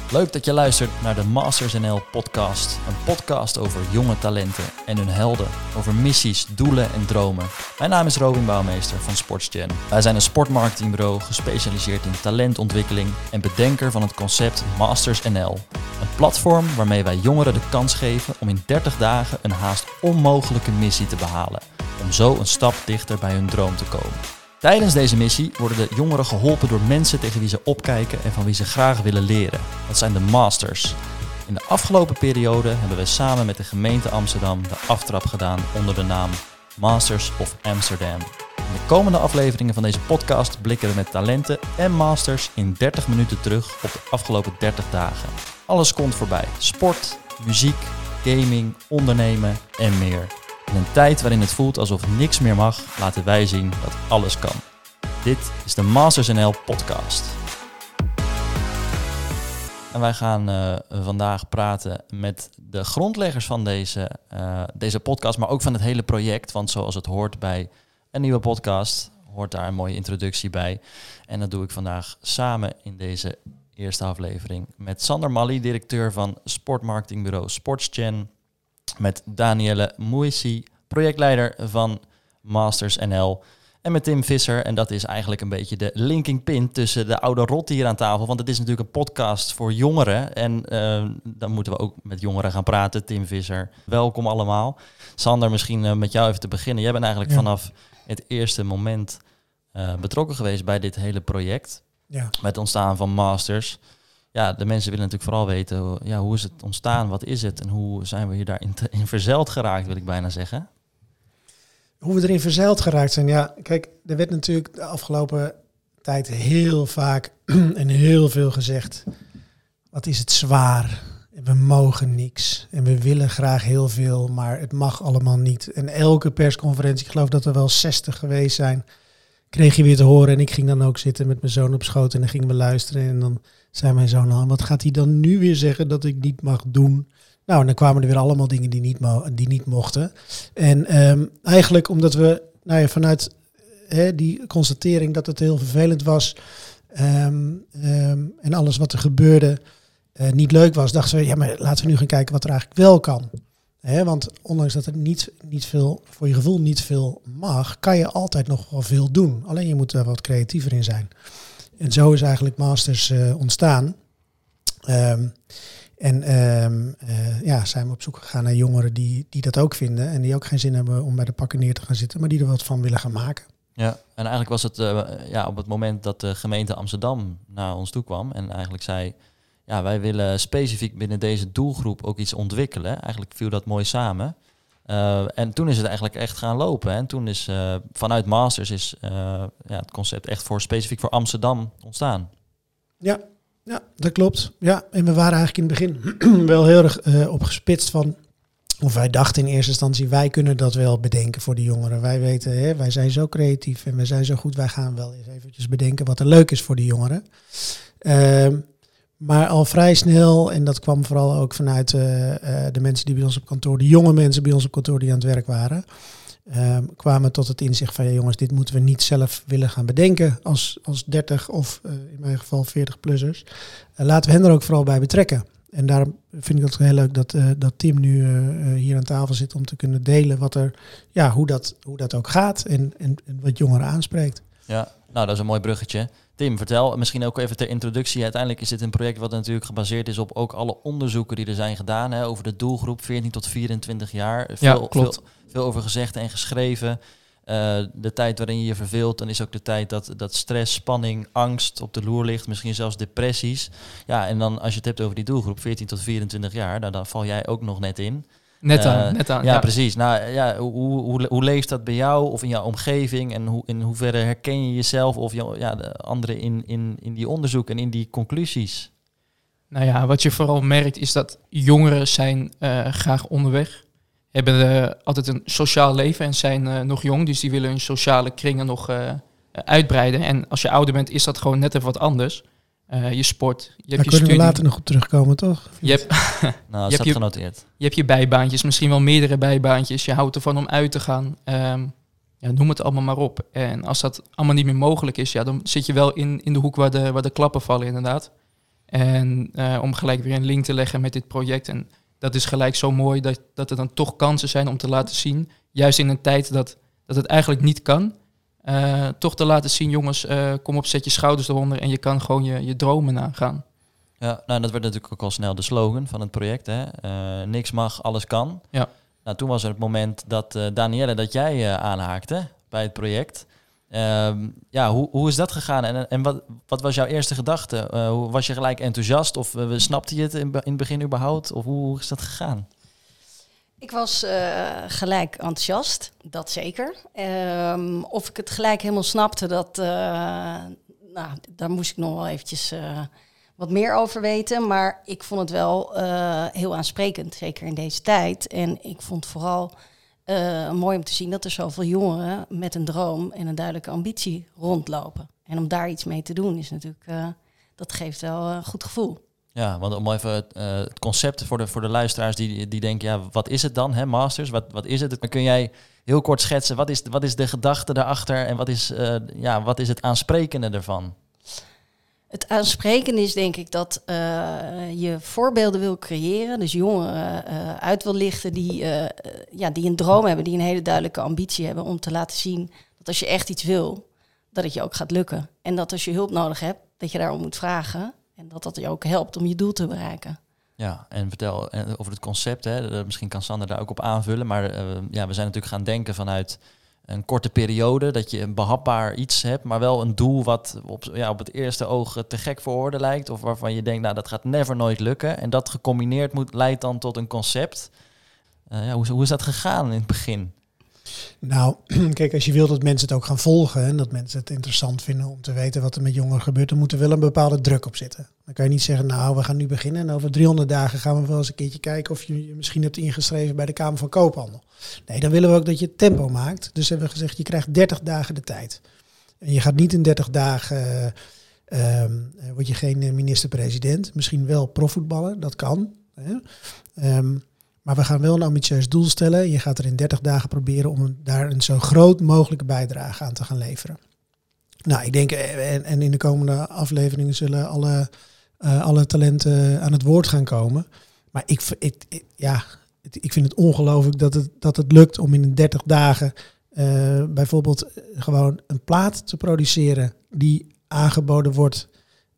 Leuk dat je luistert naar de Masters NL podcast. Een podcast over jonge talenten en hun helden. Over missies, doelen en dromen. Mijn naam is Robin Bouwmeester van SportsGen. Wij zijn een sportmarketingbureau gespecialiseerd in talentontwikkeling en bedenker van het concept Masters NL. Een platform waarmee wij jongeren de kans geven om in 30 dagen een haast onmogelijke missie te behalen. Om zo een stap dichter bij hun droom te komen. Tijdens deze missie worden de jongeren geholpen door mensen tegen wie ze opkijken en van wie ze graag willen leren. Dat zijn de Masters. In de afgelopen periode hebben we samen met de gemeente Amsterdam de aftrap gedaan onder de naam Masters of Amsterdam. In de komende afleveringen van deze podcast blikken we met talenten en masters in 30 minuten terug op de afgelopen 30 dagen. Alles komt voorbij. Sport, muziek, gaming, ondernemen en meer. In een tijd waarin het voelt alsof niks meer mag, laten wij zien dat alles kan. Dit is de Masters NL podcast. En wij gaan vandaag praten met de grondleggers van deze podcast, maar ook van het hele project. Want zoals het hoort bij een nieuwe podcast, hoort daar een mooie introductie bij. En dat doe ik vandaag samen in deze eerste aflevering met Sander Mally, directeur van sportmarketingbureau SportsGen. Met Danielle Mouissi, projectleider van Masters NL. En met Tim Visser. En dat is eigenlijk een beetje de linking pin tussen de oude rot hier aan tafel. Want het is natuurlijk een podcast voor jongeren. En dan moeten we ook met jongeren gaan praten. Tim Visser, welkom allemaal. Sander, misschien met jou even te beginnen. Jij bent eigenlijk vanaf het eerste moment betrokken geweest bij dit hele project. Ja. Met het ontstaan van Masters. Ja, de mensen willen natuurlijk vooral weten, hoe is het ontstaan, wat is het en hoe zijn we hier daarin in verzeild geraakt, wil ik bijna zeggen. Hoe we erin verzeild geraakt zijn, ja, kijk, er werd natuurlijk de afgelopen tijd heel vaak en heel veel gezegd. Wat is het zwaar? En we mogen niks en we willen graag heel veel, maar het mag allemaal niet. En elke persconferentie, ik geloof dat er wel 60 geweest zijn, kreeg je weer te horen. En ik ging dan ook zitten met mijn zoon op schoot en dan gingen we luisteren. En dan zei mijn zoon, wat gaat hij dan nu weer zeggen dat ik niet mag doen? Nou, en dan kwamen er weer allemaal dingen die niet mochten. En eigenlijk omdat we vanuit die constatering dat het heel vervelend was en alles wat er gebeurde niet leuk was, dachten we, maar laten we nu gaan kijken wat er eigenlijk wel kan. Want ondanks dat het niet veel, voor je gevoel niet veel mag, kan je altijd nog wel veel doen. Alleen je moet er wat creatiever in zijn. En zo is eigenlijk Masters ontstaan. Zijn we op zoek gegaan naar jongeren die dat ook vinden. En die ook geen zin hebben om bij de pakken neer te gaan zitten, maar die er wat van willen gaan maken. Ja, en eigenlijk was het op het moment dat de gemeente Amsterdam naar ons toe kwam en eigenlijk zei, ja, wij willen specifiek binnen deze doelgroep ook iets ontwikkelen. Eigenlijk viel dat mooi samen. En toen is het eigenlijk echt gaan lopen. Hè? En toen is vanuit Masters het concept echt specifiek voor Amsterdam ontstaan. Ja, dat klopt. Ja, en we waren eigenlijk in het begin wel heel erg opgespitst van, of wij dachten in eerste instantie, wij kunnen dat wel bedenken voor de jongeren. Wij weten, wij zijn zo creatief en wij zijn zo goed, wij gaan wel eens eventjes bedenken wat er leuk is voor de jongeren. Maar al vrij snel, en dat kwam vooral ook vanuit de mensen die bij ons op kantoor, de jonge mensen bij ons op kantoor die aan het werk waren, kwamen tot het inzicht van, jongens, dit moeten we niet zelf willen gaan bedenken als 30 of in mijn geval 40-plussers. Laten we hen er ook vooral bij betrekken. En daarom vind ik het heel leuk dat Tim nu hier aan tafel zit om te kunnen delen hoe dat ook gaat en wat jongeren aanspreekt. Ja, nou dat is een mooi bruggetje. Tim, vertel misschien ook even ter introductie. Uiteindelijk is dit een project wat natuurlijk gebaseerd is op ook alle onderzoeken die er zijn gedaan over de doelgroep 14 tot 24 jaar. Veel over gezegd en geschreven. De tijd waarin je je verveelt, dan is ook de tijd dat stress, spanning, angst op de loer ligt. Misschien zelfs depressies. Ja, en dan als je het hebt over die doelgroep 14 tot 24 jaar, dan val jij ook nog net in. Net aan. Ja, precies. Nou, ja, hoe leeft dat bij jou of in jouw omgeving? En in hoeverre herken je jezelf of de anderen in die onderzoek en in die conclusies? Nou ja, wat je vooral merkt is dat jongeren zijn graag onderweg. Hebben altijd een sociaal leven en zijn nog jong. Dus die willen hun sociale kringen nog uitbreiden. En als je ouder bent, is dat gewoon net even wat anders. Je sport, je hebt je studie. Daar kunnen we later nog op terugkomen, toch? Genoteerd. Je hebt je bijbaantjes, misschien wel meerdere bijbaantjes. Je houdt ervan om uit te gaan. Noem het allemaal maar op. En als dat allemaal niet meer mogelijk is, dan zit je wel in de hoek waar de klappen vallen, inderdaad. En om gelijk weer een link te leggen met dit project. En dat is gelijk zo mooi dat er dan toch kansen zijn om te laten zien. Juist in een tijd dat het eigenlijk niet kan. Toch te laten zien, jongens, kom op, zet je schouders eronder en je kan gewoon je dromen nagaan. Ja, nou, dat werd natuurlijk ook al snel de slogan van het project. Hè? Niks mag, alles kan. Ja. Nou, toen was er het moment dat Danielle, dat jij aanhaakte bij het project. Hoe is dat gegaan? En wat was jouw eerste gedachte? Was je gelijk enthousiast of snapte je het in het begin überhaupt? Of hoe is dat gegaan? Ik was gelijk enthousiast, dat zeker. Of ik het gelijk helemaal snapte, daar moest ik nog wel eventjes wat meer over weten. Maar ik vond het wel heel aansprekend, zeker in deze tijd. En ik vond vooral mooi om te zien dat er zoveel jongeren met een droom en een duidelijke ambitie rondlopen. En om daar iets mee te doen is natuurlijk, dat geeft wel een goed gevoel. Ja, want om even het concept voor de luisteraars die denken, ja, wat is het dan, hè, Masters? Wat is het? Dan kun jij heel kort schetsen, wat is de gedachte daarachter en wat is het aansprekende ervan? Het aansprekende is denk ik dat je voorbeelden wil creëren. Dus jongeren uit wil lichten die een droom hebben, die een hele duidelijke ambitie hebben om te laten zien dat als je echt iets wil, dat het je ook gaat lukken. En dat als je hulp nodig hebt, dat je daarom moet vragen. En dat je ook helpt om je doel te bereiken. Ja, en vertel over het concept. Hè. Misschien kan Sander daar ook op aanvullen. Maar we zijn natuurlijk gaan denken vanuit een korte periode. Dat je een behapbaar iets hebt, maar wel een doel wat op het eerste oog te gek voor woorden lijkt. Of waarvan je denkt, nou, dat gaat nooit lukken. En dat gecombineerd leidt dan tot een concept. Hoe is dat gegaan in het begin? Nou, kijk, als je wilt dat mensen het ook gaan volgen en dat mensen het interessant vinden om te weten wat er met jongeren gebeurt, dan moet er wel een bepaalde druk op zitten. Dan kan je niet zeggen, nou, we gaan nu beginnen en over 300 dagen gaan we wel eens een keertje kijken of je je misschien hebt ingeschreven bij de Kamer van Koophandel. Nee, dan willen we ook dat je tempo maakt. Dus hebben we gezegd, je krijgt 30 dagen de tijd. En je gaat niet in 30 dagen, word je geen minister-president, misschien wel profvoetballer, dat kan. Hè? Maar we gaan wel een ambitieus doel stellen. Je gaat er in 30 dagen proberen om daar een zo groot mogelijke bijdrage aan te gaan leveren. Nou, ik denk, en in de komende afleveringen zullen alle talenten aan het woord gaan komen. Maar ik vind het ongelooflijk dat het lukt om in 30 dagen bijvoorbeeld gewoon een plaat te produceren die aangeboden wordt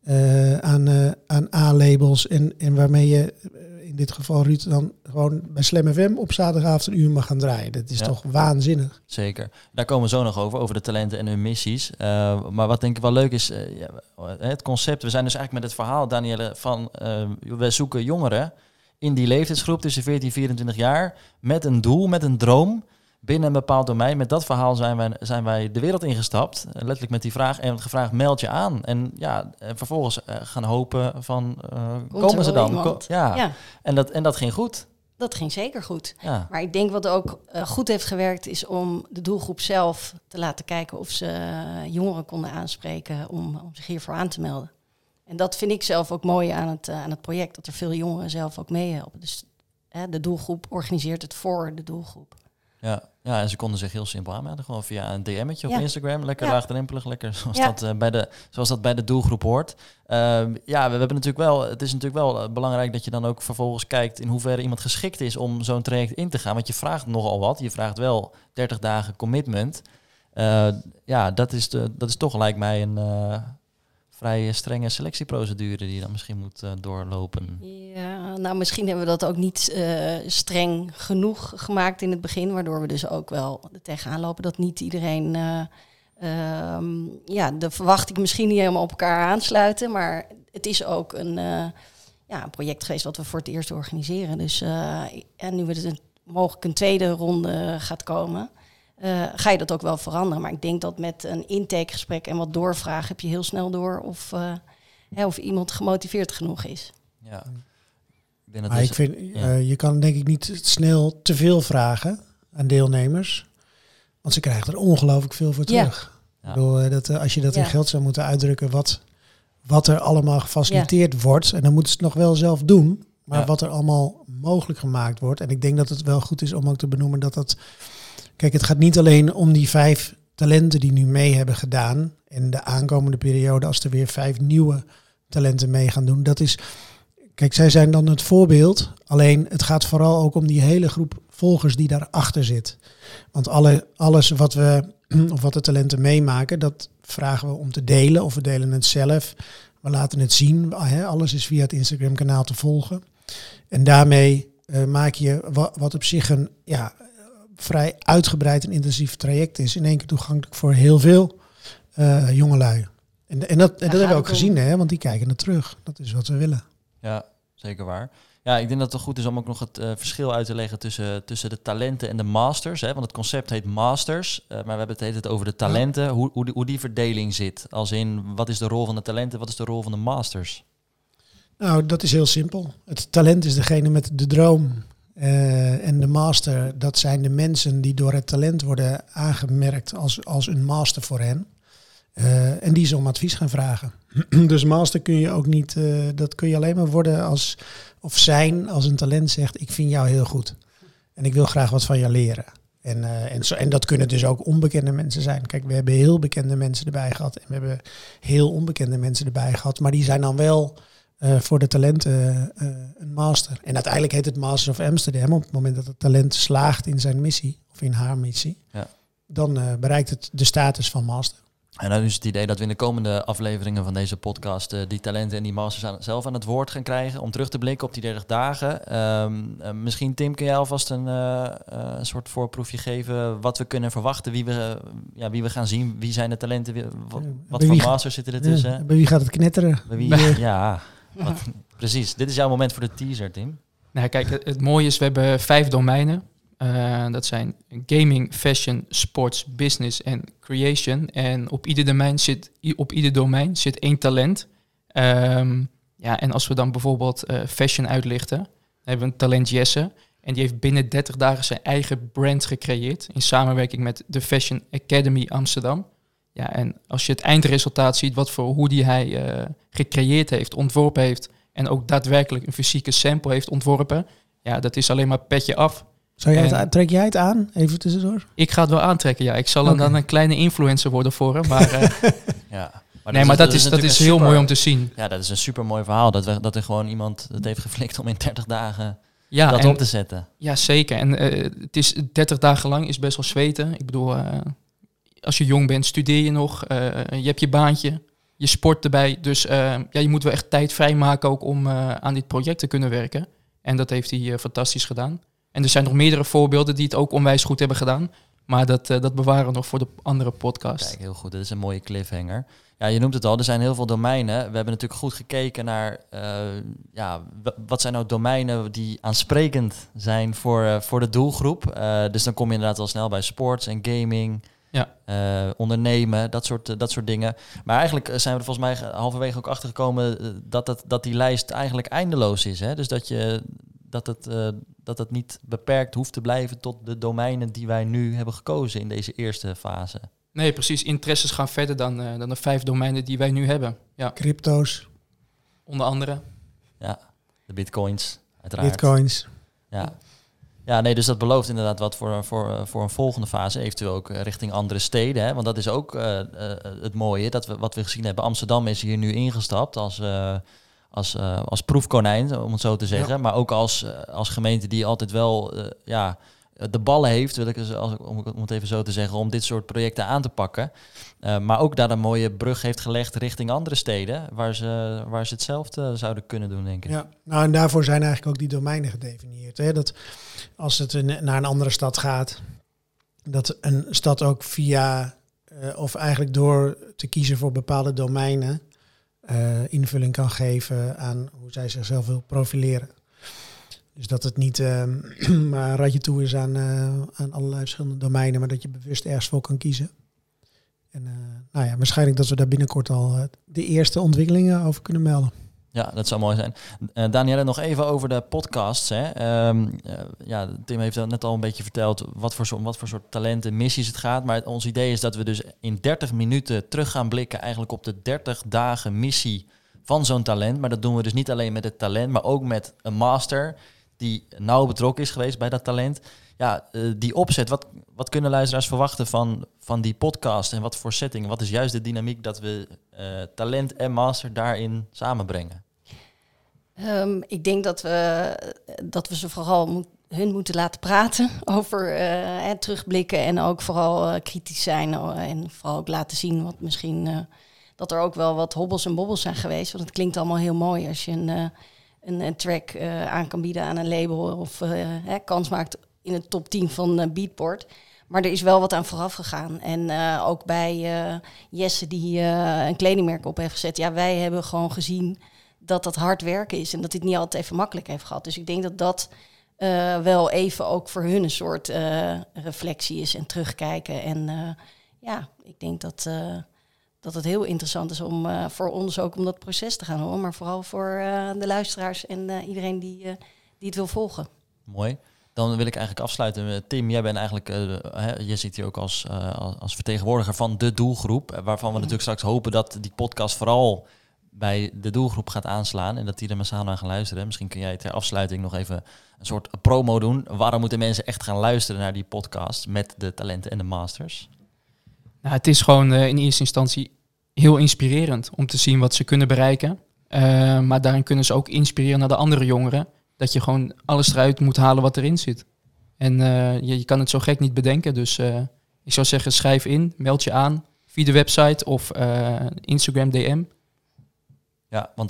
aan A-labels en waarmee je in dit geval Ruud dan gewoon bij Slam FM op zaterdagavond een uur mag gaan draaien. Dat is toch waanzinnig. Zeker. Daar komen we zo nog over de talenten en hun missies. Maar wat denk ik wel leuk is, het concept. We zijn dus eigenlijk met het verhaal, Danielle, van we zoeken jongeren in die leeftijdsgroep tussen 14 en 24 jaar met een doel, met een droom binnen een bepaald domein. Met dat verhaal zijn wij de wereld ingestapt. Letterlijk met die vraag en gevraagd, meld je aan. En vervolgens gaan hopen van, komen ze dan? Ja. En dat ging goed. Dat ging zeker goed. Ja. Maar ik denk wat ook goed heeft gewerkt is om de doelgroep zelf te laten kijken of ze jongeren konden aanspreken om zich hiervoor aan te melden. En dat vind ik zelf ook mooi aan het project, dat er veel jongeren zelf ook meehelpen. Dus de doelgroep organiseert het voor de doelgroep. Ja, en ze konden zich heel simpel aanmelden. Gewoon via een DM'tje op Instagram. Lekker laagdrempelig, lekker zoals dat bij de doelgroep hoort. We hebben natuurlijk wel. Het is natuurlijk wel belangrijk dat je dan ook vervolgens kijkt in hoeverre iemand geschikt is om zo'n traject in te gaan. Want je vraagt nogal wat. Je vraagt wel 30 dagen commitment. Dat is toch, lijkt mij, een vrij strenge selectieprocedure die je dan misschien moet doorlopen. Ja, nou misschien hebben we dat ook niet streng genoeg gemaakt in het begin, waardoor we dus ook wel er tegenaan lopen dat niet iedereen de verwachting misschien niet helemaal op elkaar aansluiten, maar het is ook een project geweest wat we voor het eerst organiseren. Dus en nu er mogelijk een tweede ronde gaat komen, ga je dat ook wel veranderen. Maar ik denk dat met een intakegesprek en wat doorvragen heb je heel snel door of iemand gemotiveerd genoeg is. Ja. Ik vind, je kan denk ik niet snel te veel vragen aan deelnemers. Want ze krijgen er ongelooflijk veel voor terug. Ja. Ik bedoel, als je dat in geld zou moeten uitdrukken, wat er allemaal gefaciliteerd wordt. En dan moeten ze het nog wel zelf doen. Maar wat er allemaal mogelijk gemaakt wordt. En ik denk dat het wel goed is om ook te benoemen dat kijk, het gaat niet alleen om die 5 talenten die nu mee hebben gedaan. En de aankomende periode, als er weer 5 nieuwe talenten mee gaan doen. Dat is, kijk, zij zijn dan het voorbeeld. Alleen het gaat vooral ook om die hele groep volgers die daarachter zit. Want alles wat de talenten meemaken, dat vragen we om te delen. Of we delen het zelf. We laten het zien. Alles is via het Instagram kanaal te volgen. En daarmee maak je wat op zich een vrij uitgebreid en intensief traject is, in één keer toegankelijk voor heel veel jongelui. En dat hebben we ook gezien, hè? Want die kijken er terug. Dat is wat we willen. Ja, zeker waar. Ja, ik denk dat het goed is om ook nog het verschil uit te leggen tussen de talenten en de masters. Hè? Want het concept heet masters, maar we hebben het hele tijd over de talenten. Ja. Hoe die verdeling zit. Als in, wat is de rol van de talenten, wat is de rol van de masters? Nou, dat is heel simpel. Het talent is degene met de droom. En de master, dat zijn de mensen die door het talent worden aangemerkt als een master voor hen. En die ze om advies gaan vragen. Dus master kun je ook niet, dat kun je alleen maar worden als een talent zegt, ik vind jou heel goed. En ik wil graag wat van jou leren. En dat kunnen dus ook onbekende mensen zijn. Kijk, we hebben heel bekende mensen erbij gehad. En we hebben heel onbekende mensen erbij gehad. Maar die zijn dan wel voor de talenten een master. En uiteindelijk heet het Masters of Amsterdam. Op het moment dat het talent slaagt in zijn missie, of in haar missie, dan bereikt het de status van master. En dan is het idee dat we in de komende afleveringen van deze podcast die talenten en die masters zelf aan het woord gaan krijgen. Om terug te blikken op die 30 dagen. Misschien, Tim, kun jij alvast een soort voorproefje geven wat we kunnen verwachten? Wie we gaan zien? Wie zijn de talenten? Wat voor masters zitten er tussen? Bij wie gaat het knetteren? Precies. Dit is jouw moment voor de teaser, Tim. Nou, kijk, het mooie is, we hebben 5 domeinen. Dat zijn gaming, fashion, sports, business en creation. En op ieder domein zit 1 talent. En als we dan bijvoorbeeld fashion uitlichten, dan hebben we een talent Jesse. En die heeft binnen 30 dagen zijn eigen brand gecreëerd in samenwerking met de Fashion Academy Amsterdam. Ja, en als je het eindresultaat ziet, wat voor hoodie hij gecreëerd heeft, ontworpen heeft en ook daadwerkelijk een fysieke sample heeft ontworpen, ja, dat is alleen maar petje af. Trek jij het aan? Even tussendoor. Ik ga het wel aantrekken, ja. Ik zal dan een kleine influencer worden voor hem. Maar, dat is heel mooi om te zien. Ja, dat is een super mooi verhaal. Dat er gewoon iemand het heeft geflikt om in 30 dagen dat op te zetten. Ja, zeker. En het is 30 dagen lang is best wel zweten. Ik bedoel, als je jong bent, studeer je nog. Je hebt je baantje. Je sport erbij. Dus je moet wel echt tijd vrijmaken ook om aan dit project te kunnen werken. En dat heeft hij fantastisch gedaan. En er zijn nog meerdere voorbeelden die het ook onwijs goed hebben gedaan. Maar dat bewaren we nog voor de andere podcast. Kijk, heel goed. Dat is een mooie cliffhanger. Ja, je noemt het al. Er zijn heel veel domeinen. We hebben natuurlijk goed gekeken naar wat zijn nou domeinen die aansprekend zijn voor de doelgroep. Dus dan kom je inderdaad al snel bij sports en gaming, ondernemen, dat soort dingen. Maar eigenlijk zijn we er volgens mij halverwege ook achter gekomen dat die lijst eigenlijk eindeloos is. Hè? Dus dat het niet beperkt hoeft te blijven tot de domeinen die wij nu hebben gekozen in deze eerste fase. Nee, precies. Interesses gaan verder dan de 5 domeinen die wij nu hebben. Ja. Crypto's. Onder andere. Ja, de bitcoins, uiteraard. Bitcoins. Ja, nee, dus dat belooft inderdaad wat voor een volgende fase. Eventueel ook richting andere steden. Hè? Want dat is ook het mooie, wat we gezien hebben. Amsterdam is hier nu ingestapt als proefkonijn, om het zo te zeggen. Ja. Maar ook als gemeente die altijd wel de ballen heeft, om het even zo te zeggen, om dit soort projecten aan te pakken. Maar ook daar een mooie brug heeft gelegd richting andere steden, waar ze hetzelfde zouden kunnen doen, denk ik. Ja, nou en daarvoor zijn eigenlijk ook die domeinen gedefinieerd. Hè? Dat als het naar een andere stad gaat, dat een stad ook via, of eigenlijk door te kiezen voor bepaalde domeinen, invulling kan geven aan hoe zij zichzelf wil profileren. Dus dat het niet maar een ratje toe is aan allerlei verschillende domeinen, maar dat je bewust ergens voor kan kiezen. En waarschijnlijk dat we daar binnenkort al de eerste ontwikkelingen over kunnen melden. Ja, dat zou mooi zijn. Danielle, nog even over de podcasts. Hè. Tim heeft net al een beetje verteld wat voor soort talenten, missies het gaat. Maar ons idee is dat we dus in 30 minuten terug gaan blikken eigenlijk op de 30 dagen missie van zo'n talent. Maar dat doen we dus niet alleen met het talent, maar ook met een master die nauw betrokken is geweest bij dat talent. die opzet, wat kunnen luisteraars verwachten van die podcast en wat voor setting? Wat is juist de dynamiek dat we talent en master daarin samenbrengen? Ik denk dat we ze vooral hun moeten laten praten over terugblikken en ook vooral kritisch zijn en vooral ook laten zien wat misschien dat er ook wel wat hobbels en bobbels zijn geweest. Want het klinkt allemaal heel mooi als je een track aan kan bieden aan een label of kans maakt in het top 10 van Beatport. Maar er is wel wat aan vooraf gegaan. En ook bij Jesse die een kledingmerk op heeft gezet. Ja, wij hebben gewoon gezien dat hard werken is en dat dit niet altijd even makkelijk heeft gehad. Dus ik denk dat wel even ook voor hun een soort reflectie is en terugkijken. En ik denk dat het heel interessant is om voor ons ook om dat proces te gaan horen. Maar vooral voor de luisteraars en iedereen die het wil volgen. Mooi. Dan wil ik eigenlijk afsluiten. Tim, jij bent eigenlijk, je zit hier ook als vertegenwoordiger van de doelgroep. Waarvan we natuurlijk straks hopen dat die podcast vooral bij de doelgroep gaat aanslaan. En dat die er massaal naar gaan luisteren. Misschien kun jij ter afsluiting nog even een soort promo doen. Waarom moeten mensen echt gaan luisteren naar die podcast met de talenten en de masters? Nou, het is gewoon in eerste instantie heel inspirerend om te zien wat ze kunnen bereiken. Maar daarin kunnen ze ook inspireren naar de andere jongeren. Dat je gewoon alles eruit moet halen wat erin zit. En je kan het zo gek niet bedenken. Dus ik zou zeggen, schrijf in, meld je aan via de website of Instagram DM. Ja, want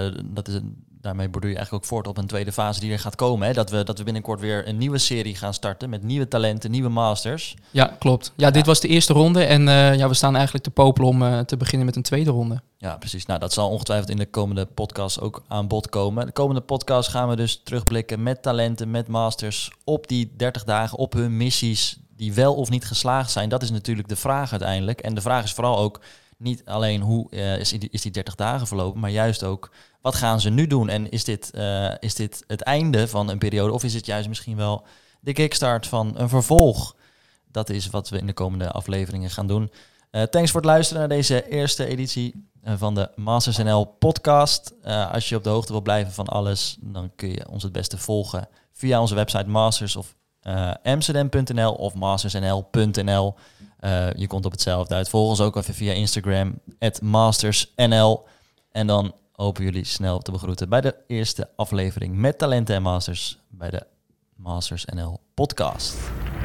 daarmee borduur je eigenlijk ook voort op een tweede fase die er gaat komen. Hè? Dat we binnenkort weer een nieuwe serie gaan starten met nieuwe talenten, nieuwe masters. Ja, klopt. Ja, dit was de eerste ronde en we staan eigenlijk te popelen om te beginnen met een tweede ronde. Ja, precies. Nou, dat zal ongetwijfeld in de komende podcast ook aan bod komen. De komende podcast gaan we dus terugblikken met talenten, met masters op die 30 dagen, op hun missies die wel of niet geslaagd zijn. Dat is natuurlijk de vraag uiteindelijk. En de vraag is vooral ook niet alleen hoe is die 30 dagen verlopen, maar juist ook wat gaan ze nu doen? En is dit het einde van een periode of is het juist misschien wel de kickstart van een vervolg? Dat is wat we in de komende afleveringen gaan doen. Thanks voor het luisteren naar deze eerste editie van de Masters NL podcast. Als je op de hoogte wil blijven van alles, dan kun je ons het beste volgen via onze website masters of amsterdam.nl of mastersnl.nl. Je komt op hetzelfde uit. Volg ons ook even via Instagram @mastersnl. En dan hopen jullie snel te begroeten bij de eerste aflevering met talenten en masters bij de Masters NL podcast.